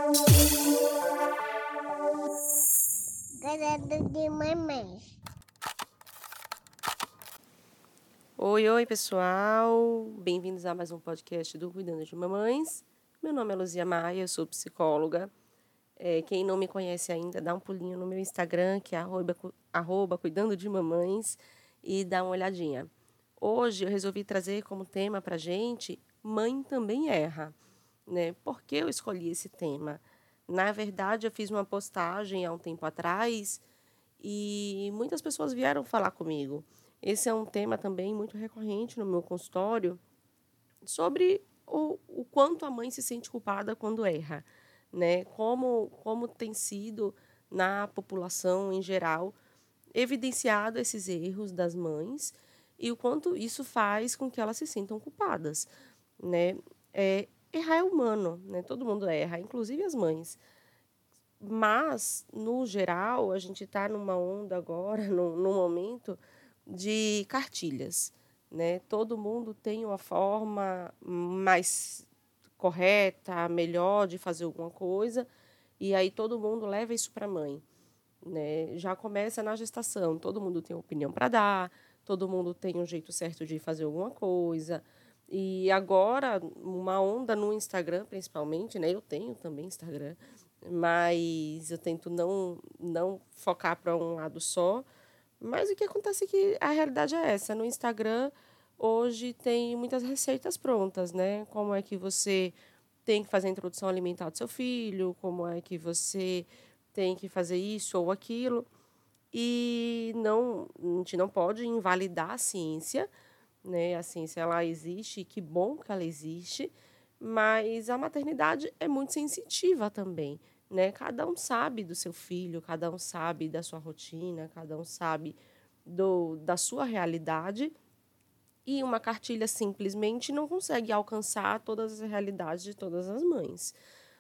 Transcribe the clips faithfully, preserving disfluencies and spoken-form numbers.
Cuidando de mamães. Oi, oi, pessoal! Bem-vindos a mais um podcast do Cuidando de Mamães. Meu nome é Luzia Maia, eu sou psicóloga. É, quem não me conhece ainda, dá um pulinho no meu Instagram, que é arroba, arroba Cuidando de Mamães, e dá uma olhadinha. Hoje eu resolvi trazer como tema pra gente Mãe Também Erra. Né? Por que eu escolhi esse tema? Na verdade, eu fiz uma postagem há um tempo atrás e muitas pessoas vieram falar comigo. Esse é um tema também muito recorrente no meu consultório, sobre o, o quanto a mãe se sente culpada quando erra, né? Como, como tem sido na população em geral evidenciado esses erros das mães e o quanto isso faz com que elas se sintam culpadas, né? É, errar é humano, né? Todo mundo erra, inclusive as mães. Mas, no geral, a gente está numa onda agora, num, num momento de cartilhas, né? Todo mundo tem uma forma mais correta, melhor de fazer alguma coisa, e aí todo mundo leva isso para a mãe, né? Já começa na gestação, todo mundo tem opinião para dar, todo mundo tem um jeito certo de fazer alguma coisa. E agora, uma onda no Instagram, principalmente, né? Eu tenho também Instagram, mas eu tento não, não focar para um lado só. Mas o que acontece é que a realidade é essa. No Instagram, hoje tem muitas receitas prontas, né? Como é que você tem que fazer a introdução alimentar do seu filho, como é que você tem que fazer isso ou aquilo. E não, a gente não pode invalidar a ciência, né? A ciência, ela existe, e que bom que ela existe, mas a maternidade é muito sensitiva também, né? Cada um sabe do seu filho, cada um sabe da sua rotina, cada um sabe do, da sua realidade, e uma cartilha simplesmente não consegue alcançar todas as realidades de todas as mães.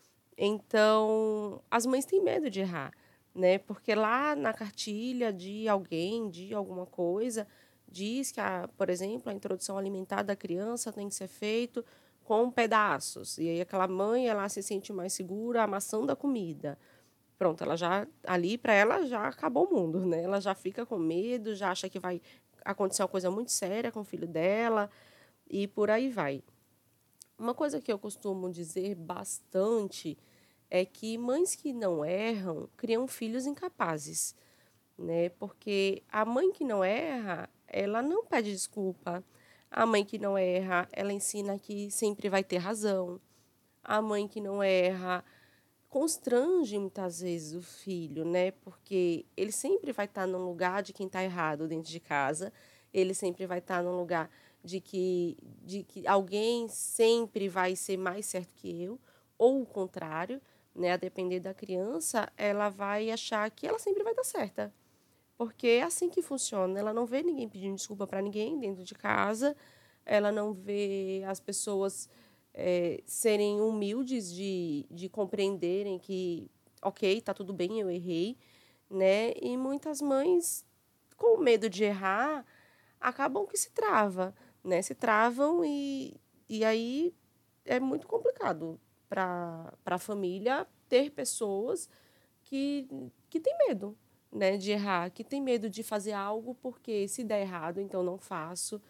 Então, as mães têm medo de errar, né? Porque lá na cartilha de alguém, de alguma coisa, diz que, a, por exemplo, a introdução alimentar da criança tem que ser feito com pedaços. E aí aquela mãe, ela se sente mais segura amassando a comida. Pronto, ela já ali para ela já acabou o mundo, né? Ela já fica com medo, já acha que vai acontecer uma coisa muito séria com o filho dela e por aí vai. Uma coisa que eu costumo dizer bastante é que mães que não erram criam filhos incapazes, né? Porque a mãe que não erra, ela não pede desculpa. A mãe que não erra, ela ensina que sempre vai ter razão. A mãe que não erra constrange muitas vezes o filho, né? Porque ele sempre vai estar num lugar de quem está errado dentro de casa. Ele sempre vai estar num lugar de que, de que alguém sempre vai ser mais certo que eu, ou o contrário, né? A depender da criança, ela vai achar que ela sempre vai estar certa. Porque é assim que funciona. Ela não vê ninguém pedindo desculpa para ninguém dentro de casa, ela não vê as pessoas é, serem humildes de, de compreenderem que, ok, tá tudo bem, eu errei, né? E muitas mães, com medo de errar, acabam que se trava, né? Se travam e, e aí é muito complicado para a família ter pessoas que, que têm medo, né, de errar, que tem medo de fazer algo porque se der errado, então não faço.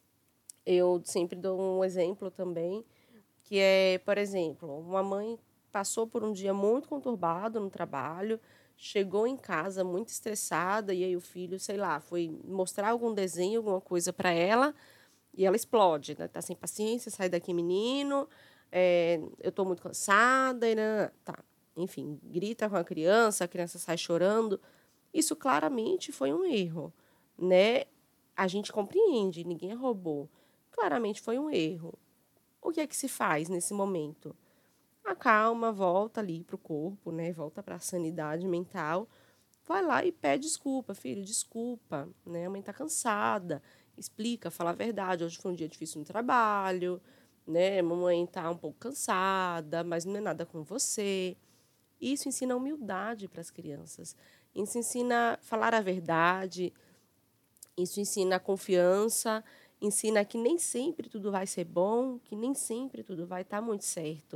Eu sempre dou um exemplo também, que é, por exemplo, uma mãe passou por um dia muito conturbado no trabalho, chegou em casa muito estressada e aí o filho, sei lá, foi mostrar algum desenho, alguma coisa para ela e ela explode, né? Tá sem paciência, sai daqui, menino, é, eu estou muito cansada, e não, tá. Enfim, grita com a criança, a criança sai chorando. Isso claramente foi um erro, né? A gente compreende, ninguém é robô. Claramente foi um erro. O que é que se faz nesse momento? Acalma, volta ali para o corpo, né? Volta para a sanidade mental. Vai lá e pede desculpa, filho, desculpa, né? A mãe está cansada. Explica, fala a verdade. Hoje foi um dia difícil no trabalho, né? A mamãe está um pouco cansada, mas não é nada com você. Isso ensina humildade para as crianças. Isso ensina a falar a verdade, isso ensina a confiança, ensina que nem sempre tudo vai ser bom, que nem sempre tudo vai estar muito certo,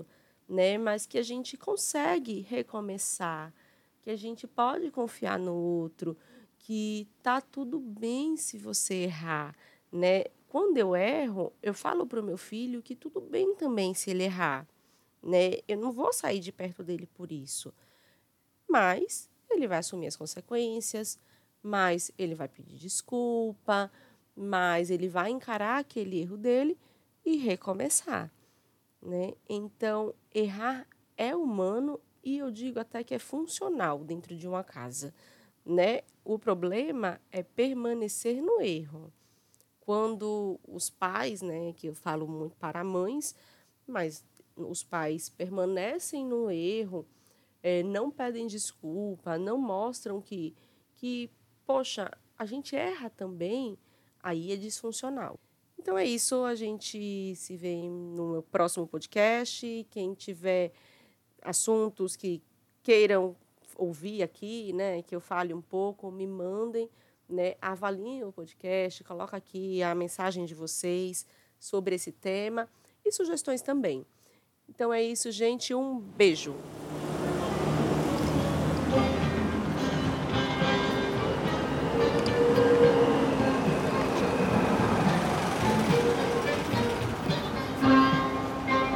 né? Mas que a gente consegue recomeçar, que a gente pode confiar no outro, que tá tudo bem se você errar, né? Quando eu erro, eu falo para o meu filho que tudo bem também se ele errar, né? Eu não vou sair de perto dele por isso, mas ele vai assumir as consequências, mas ele vai pedir desculpa, mas ele vai encarar aquele erro dele e recomeçar, né? Então, errar é humano e eu digo até que é funcional dentro de uma casa, né? O problema é permanecer no erro. Quando os pais, né, que eu falo muito para mães, mas os pais permanecem no erro, é, não pedem desculpa, não mostram que, que, poxa, a gente erra também, aí é disfuncional. Então é isso, a gente se vê no meu próximo podcast. Quem tiver assuntos que queiram ouvir aqui, né, que eu fale um pouco, me mandem, né, avaliem o podcast, coloca aqui a mensagem de vocês sobre esse tema e sugestões também. Então é isso, gente, um beijo.